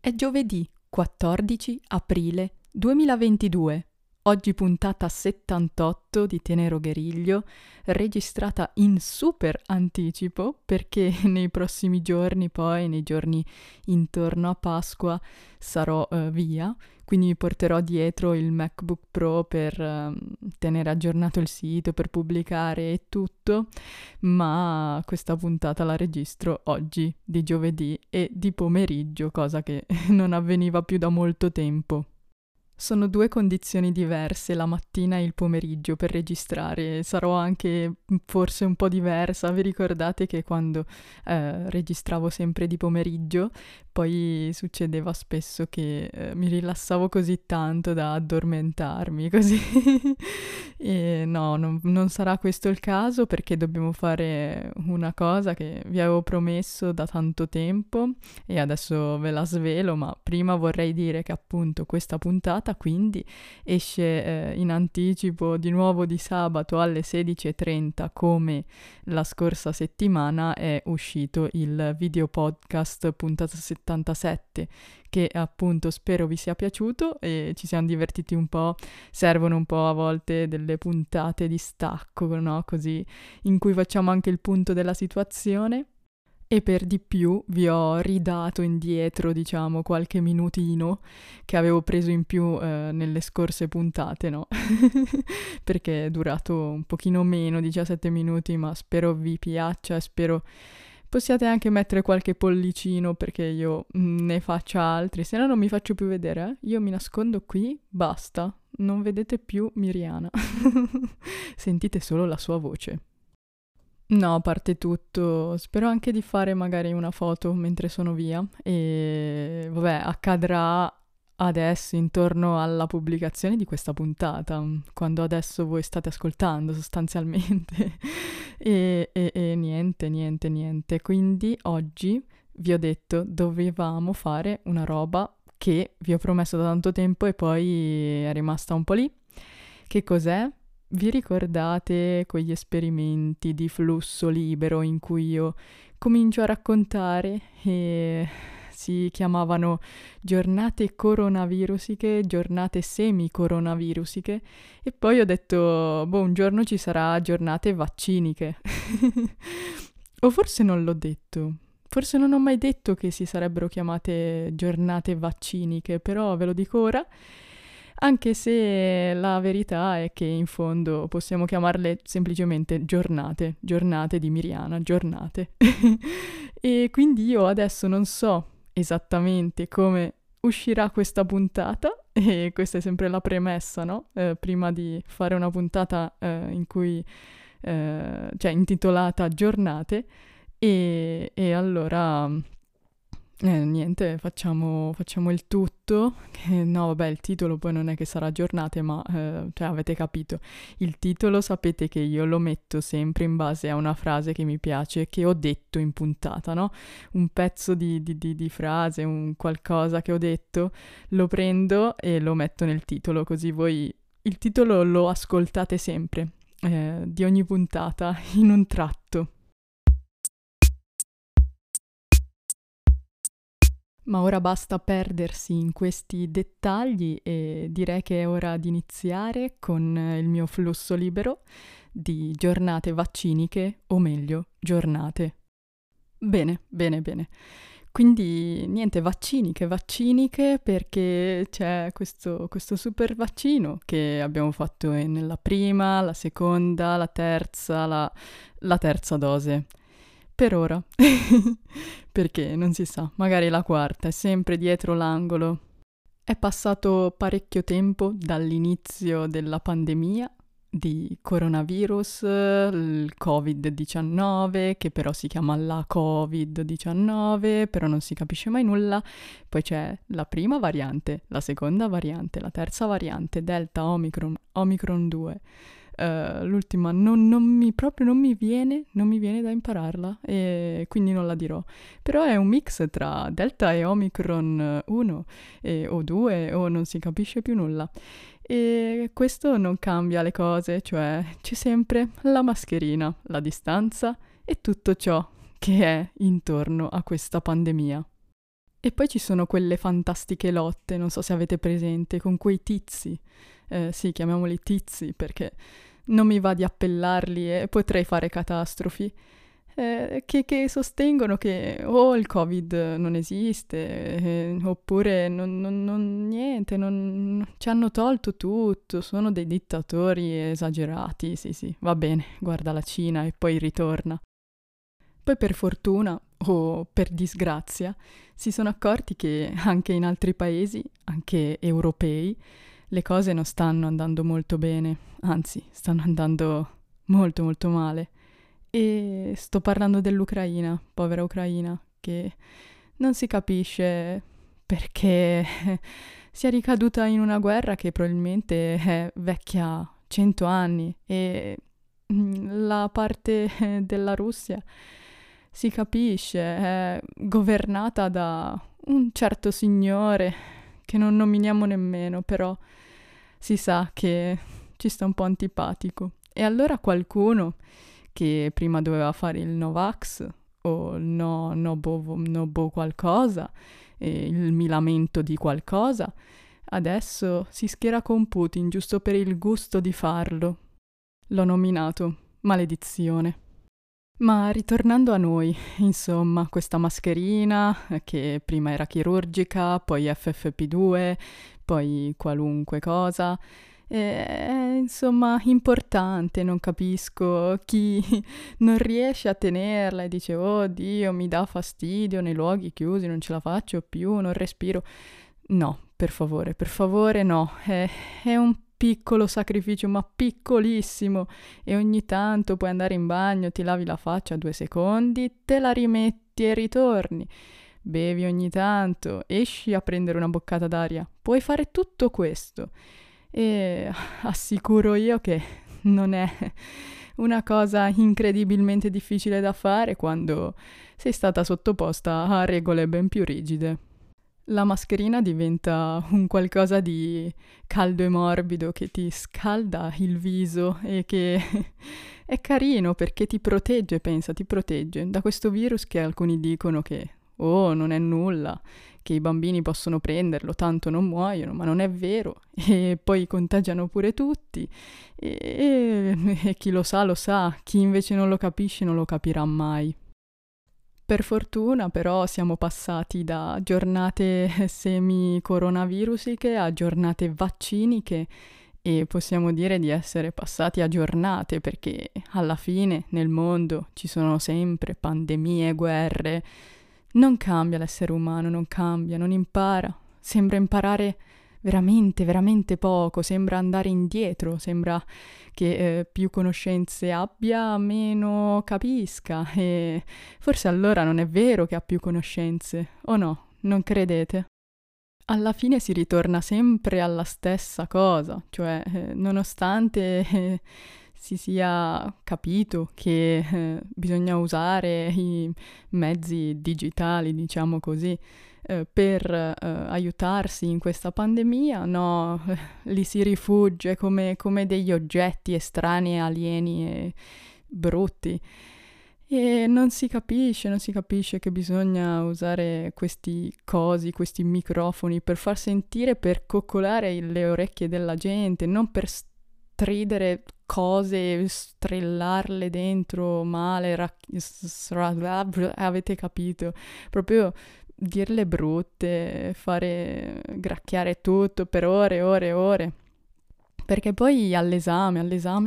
È giovedì 14 aprile 2022. Oggi puntata 78 di Tenero Gueriglio, registrata in super anticipo perché nei prossimi giorni, poi nei giorni intorno a Pasqua, sarò via, quindi mi porterò dietro il MacBook Pro per tenere aggiornato il sito, per pubblicare e tutto, ma questa puntata la registro oggi, di giovedì e di pomeriggio, cosa che non avveniva più da molto tempo. Sono due condizioni diverse, la mattina e il pomeriggio, per registrare. Sarò anche forse un po' diversa. Vi ricordate che quando registravo sempre di pomeriggio, poi succedeva spesso che mi rilassavo così tanto da addormentarmi, così. E no, non sarà questo il caso perché dobbiamo fare una cosa che vi avevo promesso da tanto tempo e adesso ve la svelo, ma prima vorrei dire che appunto questa puntata quindi esce in anticipo di nuovo di sabato alle 16:30 come la scorsa settimana è uscito il video podcast puntata 77 che appunto spero vi sia piaciuto e ci siamo divertiti un po', servono un po' a volte delle puntate di stacco, no? Così in cui facciamo anche il punto della situazione. E per di più vi ho ridato indietro, diciamo, qualche minutino che avevo preso in più nelle scorse puntate, no? Perché è durato un pochino meno, 17 minuti, ma spero vi piaccia e spero possiate anche mettere qualche pollicino perché io ne faccia altri, se no non mi faccio più vedere, eh? Io mi nascondo qui, basta, non vedete più Miriana. Sentite solo la sua voce. No, a parte tutto, spero anche di fare magari una foto mentre sono via e vabbè, accadrà adesso intorno alla pubblicazione di questa puntata, quando adesso voi state ascoltando sostanzialmente. E niente. Quindi oggi vi ho detto dovevamo fare una roba che vi ho promesso da tanto tempo e poi è rimasta un po' lì. Che cos'è? Vi ricordate quegli esperimenti di flusso libero in cui io comincio a raccontare e si chiamavano giornate coronavirusiche, giornate semi-coronavirusiche e poi ho detto, boh, un giorno ci sarà giornate vacciniche. O forse non l'ho detto. Forse non ho mai detto che si sarebbero chiamate giornate vacciniche, però ve lo dico ora. Anche se la verità è che in fondo possiamo chiamarle semplicemente giornate di Miriana, giornate. E quindi io adesso non so esattamente come uscirà questa puntata, e questa è sempre la premessa, no? Prima di fare una puntata in cui, cioè intitolata Giornate, e allora... niente, facciamo il tutto, che no vabbè il titolo poi non è che sarà giornate ma cioè avete capito, il titolo sapete che io lo metto sempre in base a una frase che mi piace, che ho detto in puntata, no? Un pezzo di frase, un qualcosa che ho detto, lo prendo e lo metto nel titolo, così voi il titolo lo ascoltate sempre, di ogni puntata, in un tratto. Ma ora basta perdersi in questi dettagli e direi che è ora di iniziare con il mio flusso libero di giornate vacciniche, o meglio, giornate. Bene. Quindi niente, vacciniche perché c'è questo super vaccino che abbiamo fatto nella prima, la seconda, la terza, la terza dose. Per ora, perché non si sa, magari la quarta è sempre dietro l'angolo. È passato parecchio tempo dall'inizio della pandemia di coronavirus, il Covid-19, che però si chiama la Covid-19, però non si capisce mai nulla. Poi c'è la prima variante, la seconda variante, la terza variante, Delta, Omicron 2. L'ultima proprio non mi viene da impararla e quindi non la dirò. Però è un mix tra Delta e Omicron 1 o 2 o non si capisce più nulla. E questo non cambia le cose, cioè c'è sempre la mascherina, la distanza e tutto ciò che è intorno a questa pandemia. E poi ci sono quelle fantastiche lotte, non so se avete presente, con quei tizi. Sì, chiamiamoli tizi perché non mi va di appellarli e potrei fare catastrofi. Che sostengono che o il Covid non esiste, oppure niente, ci hanno tolto tutto, sono dei dittatori esagerati, sì sì, va bene, guarda la Cina e poi ritorna. Poi per fortuna, o per disgrazia, si sono accorti che anche in altri paesi, anche europei, le cose non stanno andando molto bene, anzi, stanno andando molto molto male. E sto parlando dell'Ucraina, povera Ucraina, che non si capisce perché sia ricaduta in una guerra che probabilmente è vecchia 100 anni e la parte della Russia si capisce, è governata da un certo signore che non nominiamo nemmeno, però si sa che ci sta un po' antipatico. E allora qualcuno che prima doveva fare il Novax o il no boh qualcosa, il mi lamento di qualcosa, adesso si schiera con Putin giusto per il gusto di farlo. L'ho nominato maledizione. Ma ritornando a noi, insomma, questa mascherina che prima era chirurgica, poi FFP2, poi qualunque cosa, è insomma importante, non capisco chi non riesce a tenerla e dice oh Dio mi dà fastidio nei luoghi chiusi, non ce la faccio più, non respiro. No, per favore no, è un piccolo sacrificio, ma piccolissimo, e ogni tanto puoi andare in bagno, ti lavi la faccia 2 secondi, te la rimetti e ritorni. Bevi ogni tanto, esci a prendere una boccata d'aria. Puoi fare tutto questo. E assicuro io che non è una cosa incredibilmente difficile da fare quando sei stata sottoposta a regole ben più rigide. La mascherina diventa un qualcosa di caldo e morbido che ti scalda il viso e che è carino perché ti protegge, pensa, ti protegge da questo virus che alcuni dicono che, oh, non è nulla, che i bambini possono prenderlo, tanto non muoiono, ma non è vero. E poi contagiano pure tutti. E chi lo sa, chi invece non lo capisce non lo capirà mai. Per fortuna però siamo passati da giornate semi-coronavirusiche a giornate vacciniche e possiamo dire di essere passati a giornate perché alla fine nel mondo ci sono sempre pandemie, guerre. Non cambia l'essere umano, non cambia, non impara. Sembra imparare veramente, veramente poco, sembra andare indietro, sembra che più conoscenze abbia, meno capisca e forse allora non è vero che ha più conoscenze, o no? Non credete? Alla fine si ritorna sempre alla stessa cosa, cioè nonostante si sia capito che bisogna usare i mezzi digitali, diciamo così, per aiutarsi in questa pandemia, no, li si rifugge come degli oggetti estranei, alieni e brutti. E non si capisce che bisogna usare questi cosi, questi microfoni per far sentire, per coccolare le orecchie della gente, non per stridere cose, strellarle dentro male, avete capito? Proprio dirle brutte, fare gracchiare tutto per ore e ore e ore. Perché poi all'esame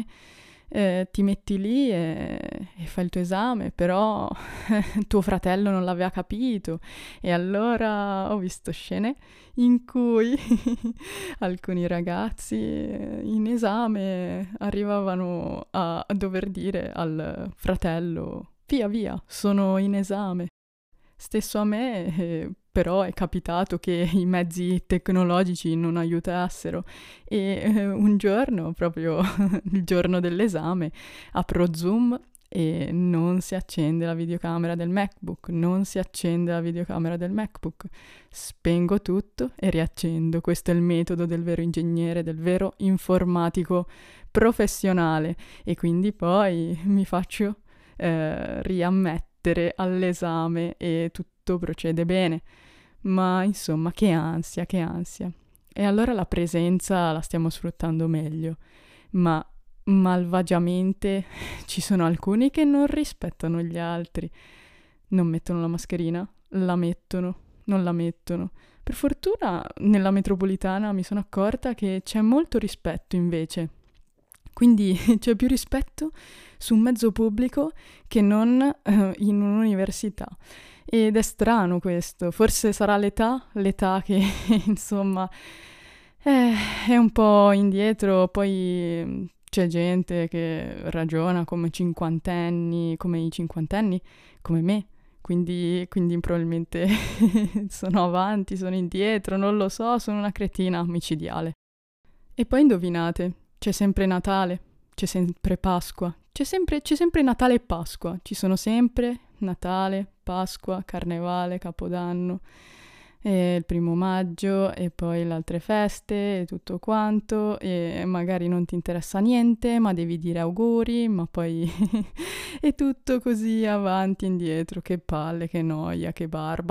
ti metti lì e fai il tuo esame, però tuo fratello non l'aveva capito e allora ho visto scene in cui alcuni ragazzi in esame arrivavano a dover dire al fratello via via, sono in esame. Stesso a me, però è capitato che i mezzi tecnologici non aiutassero e un giorno, proprio il giorno dell'esame, apro Zoom e non si accende la videocamera del MacBook, non si accende la videocamera del MacBook. Spengo tutto e riaccendo. Questo è il metodo del vero ingegnere, del vero informatico professionale e quindi poi mi faccio riammettere all'esame e tutto procede bene. Ma insomma, che ansia, che ansia. E allora la presenza la stiamo sfruttando meglio, ma malvagiamente ci sono alcuni che non rispettano gli altri. Non mettono la mascherina? La mettono, non la mettono. Per fortuna nella metropolitana mi sono accorta che c'è molto rispetto invece. Quindi c'è più rispetto su un mezzo pubblico che non in un'università. Ed è strano questo, forse sarà l'età che insomma è un po' indietro, poi c'è gente che ragiona come cinquantenni, come i cinquantenni, come me, quindi probabilmente sono avanti, sono indietro, non lo so, sono una cretina micidiale. E poi indovinate, c'è sempre Natale, c'è sempre Pasqua, c'è sempre Natale e Pasqua, ci sono sempre Natale, Pasqua, Carnevale, Capodanno, e il 1° maggio e poi le altre feste e tutto quanto e magari non ti interessa niente ma devi dire auguri ma poi è tutto così avanti e indietro, che palle, che noia, che barba.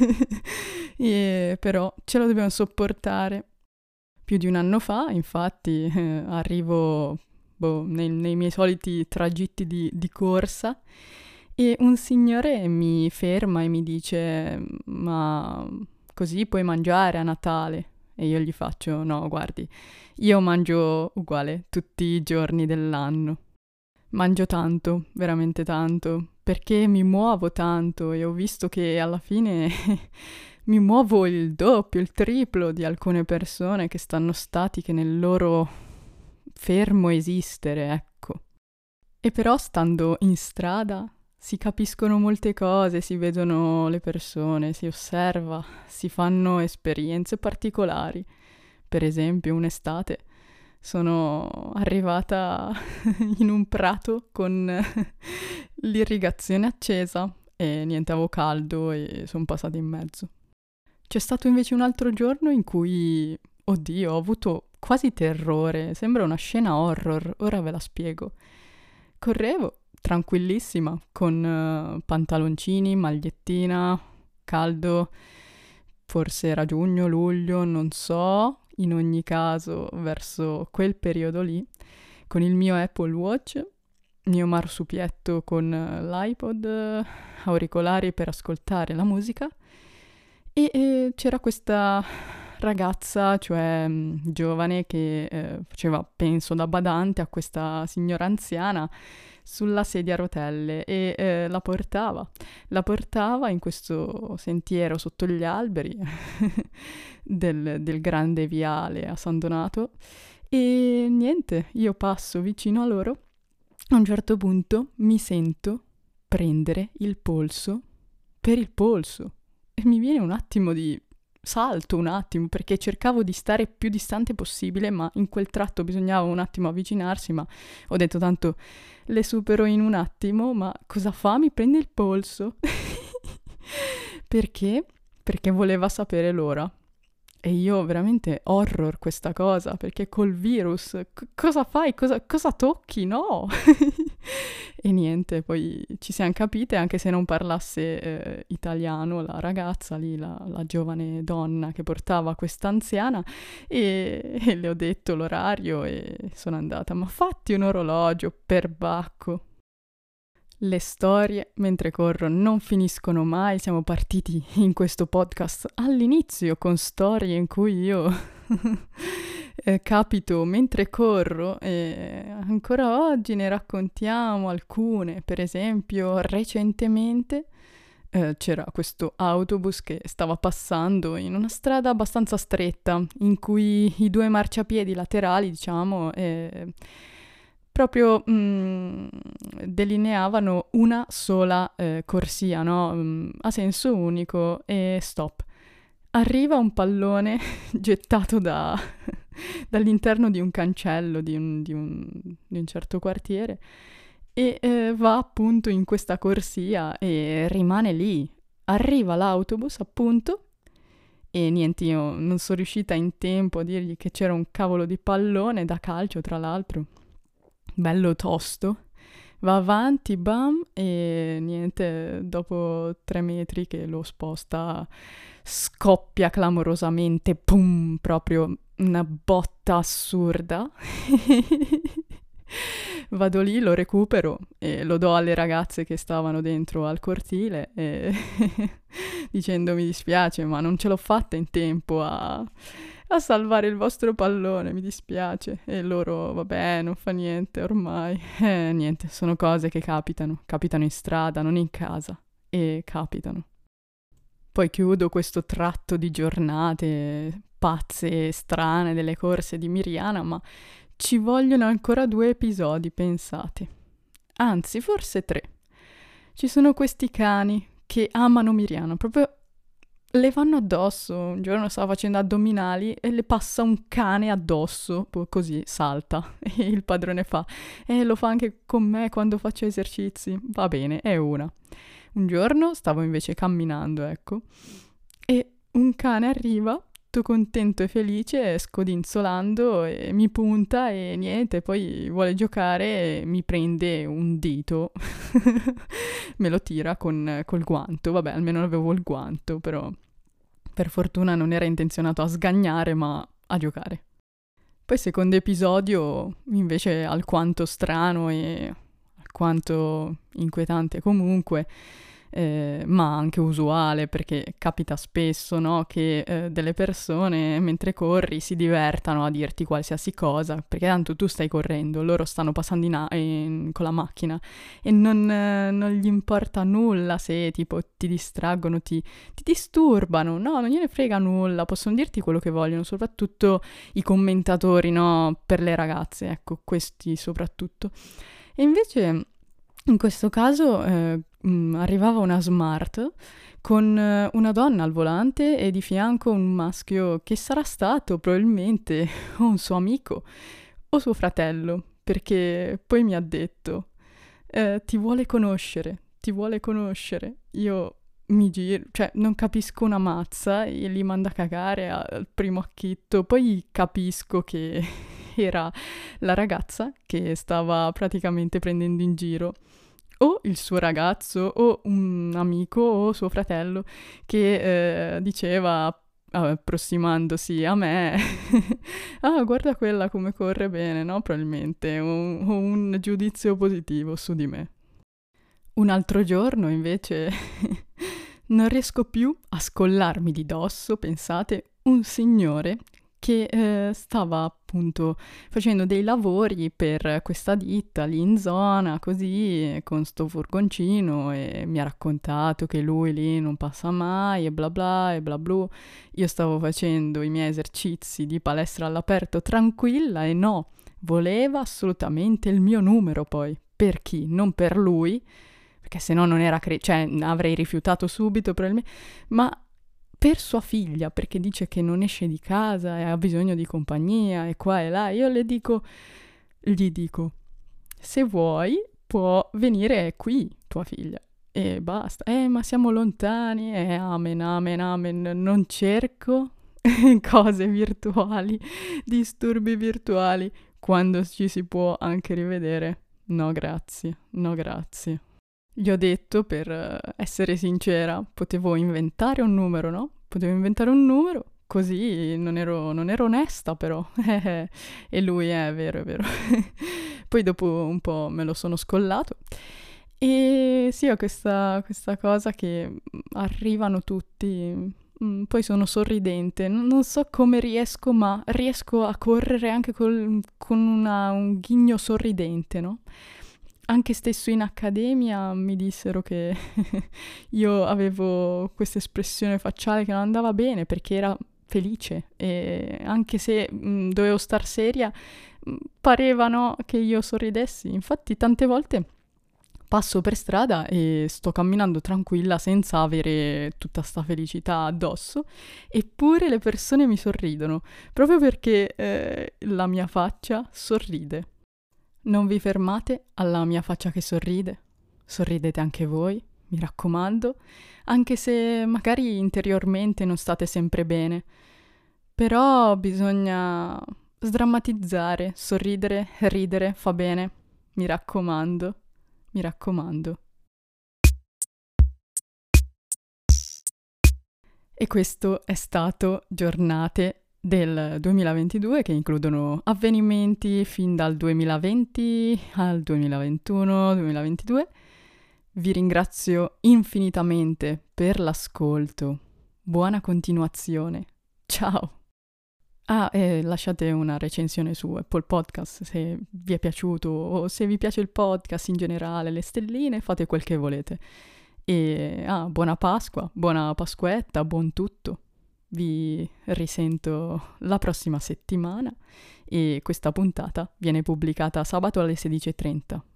Però ce lo dobbiamo sopportare. Più di un anno fa, infatti, arrivo nei miei soliti tragitti di corsa e un signore mi ferma e mi dice: ma così puoi mangiare a Natale? E io gli faccio: no, guardi, io mangio uguale tutti i giorni dell'anno. Mangio tanto, veramente tanto, perché mi muovo tanto e ho visto che alla fine mi muovo il doppio, il triplo di alcune persone che stanno statiche nel loro fermo esistere, ecco. E però stando in strada si capiscono molte cose, si vedono le persone, si osserva, si fanno esperienze particolari. Per esempio, un'estate sono arrivata in un prato con l'irrigazione accesa e niente, avevo caldo e sono passata in mezzo. C'è stato invece un altro giorno in cui, oddio, ho avuto quasi terrore, sembra una scena horror, ora ve la spiego. Correvo, tranquillissima, con pantaloncini, magliettina, caldo, forse era giugno, luglio, non so, in ogni caso verso quel periodo lì, con il mio Apple Watch, mio marsupietto con l'iPod, auricolari per ascoltare la musica e c'era questa ragazza, cioè giovane, che faceva, penso, da badante a questa signora anziana sulla sedia a rotelle e la portava in questo sentiero sotto gli alberi del grande viale a San Donato e niente, io passo vicino a loro, a un certo punto mi sento prendere il polso per il polso e mi viene un attimo di salto, un attimo, perché cercavo di stare più distante possibile, ma in quel tratto bisognava un attimo avvicinarsi, ma ho detto tanto le supero in un attimo, ma cosa fa? Mi prende il polso. Perché? Perché voleva sapere l'ora. E io veramente horror questa cosa, perché col virus cosa fai? Cosa tocchi? No! E niente, poi ci siamo capite, anche se non parlasse italiano, la ragazza lì, la giovane donna che portava questa anziana, e le ho detto l'orario e sono andata. Ma fatti un orologio, perbacco! Le storie mentre corro non finiscono mai, siamo partiti in questo podcast all'inizio con storie in cui io capito mentre corro e ancora oggi ne raccontiamo alcune. Per esempio, recentemente c'era questo autobus che stava passando in una strada abbastanza stretta in cui i 2 marciapiedi laterali, diciamo, proprio delineavano una sola corsia, no? A senso unico e stop. Arriva un pallone gettato dall'interno di un cancello di un certo quartiere e va appunto in questa corsia e rimane lì. Arriva l'autobus appunto e niente, io non sono riuscita in tempo a dirgli che c'era un cavolo di pallone da calcio, tra l'altro bello tosto, Va avanti, bam, e niente, dopo 3 metri che lo sposta, scoppia clamorosamente, pum, proprio una botta assurda. Vado lì, lo recupero e lo do alle ragazze che stavano dentro al cortile e dicendo mi dispiace, ma non ce l'ho fatta in tempo a salvare il vostro pallone, mi dispiace. E loro, vabbè, non fa niente ormai. Niente, sono cose che capitano in strada, non in casa, e capitano. Poi chiudo questo tratto di giornate pazze e strane delle corse di Miriana, ma ci vogliono ancora 2 episodi, pensate. Anzi, forse 3. Ci sono questi cani che amano Miriana, proprio le vanno addosso. Un giorno stava facendo addominali e le passa un cane addosso, così salta. E il padrone fa, lo fa anche con me quando faccio esercizi. Va bene, è una. Un giorno stavo invece camminando, ecco, e un cane arriva, tutto contento e felice, scodinzolando, e mi punta e niente, poi vuole giocare e mi prende un dito, me lo tira col guanto, vabbè, almeno avevo il guanto, però per fortuna non era intenzionato a sgagnare, ma a giocare. Poi secondo episodio, invece alquanto strano e alquanto inquietante comunque, ma anche usuale, perché capita spesso, no, che delle persone mentre corri si divertano a dirti qualsiasi cosa, perché tanto tu stai correndo, loro stanno passando con la macchina e non gli importa nulla se tipo ti distraggono, ti disturbano, no, non gliene frega nulla, possono dirti quello che vogliono, soprattutto i commentatori, no, per le ragazze, ecco, questi soprattutto. E invece in questo caso arrivava una Smart con una donna al volante e di fianco un maschio che sarà stato probabilmente o un suo amico o suo fratello, perché poi mi ha detto ti vuole conoscere, ti vuole conoscere. Io mi giro, cioè non capisco una mazza e li manda a cagare al primo acchitto, poi capisco che era la ragazza che stava praticamente prendendo in giro o il suo ragazzo o un amico o suo fratello che diceva, approssimandosi a me, ah guarda quella come corre bene, no? Probabilmente, o un giudizio positivo su di me. Un altro giorno invece non riesco più a scollarmi di dosso, pensate, un signore che stava appunto facendo dei lavori per questa ditta lì in zona, così, con sto furgoncino, e mi ha raccontato che lui lì non passa mai e bla bla e bla blu. Io stavo facendo i miei esercizi di palestra all'aperto tranquilla e no, voleva assolutamente il mio numero poi. Per chi? Non per lui, perché se no non era cioè avrei rifiutato subito probabilmente, ma per sua figlia, perché dice che non esce di casa e ha bisogno di compagnia e qua e là. Io gli dico, se vuoi può venire qui tua figlia e basta. Ma siamo lontani, amen, amen, amen, non cerco cose virtuali, disturbi virtuali, quando ci si può anche rivedere. No grazie, no grazie. Gli ho detto, per essere sincera, potevo inventare un numero, no? Potevo inventare un numero, così non ero onesta però. E lui, è vero, è vero. Poi dopo un po' me lo sono scollato. E sì, ho questa cosa che arrivano tutti, poi sono sorridente, non so come riesco, ma riesco a correre anche con un ghigno sorridente, no? Anche stesso in accademia mi dissero che io avevo questa espressione facciale che non andava bene perché era felice e anche se dovevo star seria, parevano che io sorridessi. Infatti tante volte passo per strada e sto camminando tranquilla senza avere tutta sta felicità addosso, eppure le persone mi sorridono, proprio perché la mia faccia sorride. Non vi fermate alla mia faccia che sorride. Sorridete anche voi, mi raccomando, anche se magari interiormente non state sempre bene. Però bisogna sdrammatizzare, sorridere, ridere, fa bene, mi raccomando. mi raccomando. E questo è stato Giornate del 2022 che includono avvenimenti fin dal 2020 al 2021-2022. Vi ringrazio infinitamente per l'ascolto. Buona continuazione. Ciao! E lasciate una recensione su Apple Podcast se vi è piaciuto o se vi piace il podcast in generale, le stelline, fate quel che volete. E buona Pasqua, buona Pasquetta, buon tutto. Vi risento la prossima settimana e questa puntata viene pubblicata sabato alle 16:30.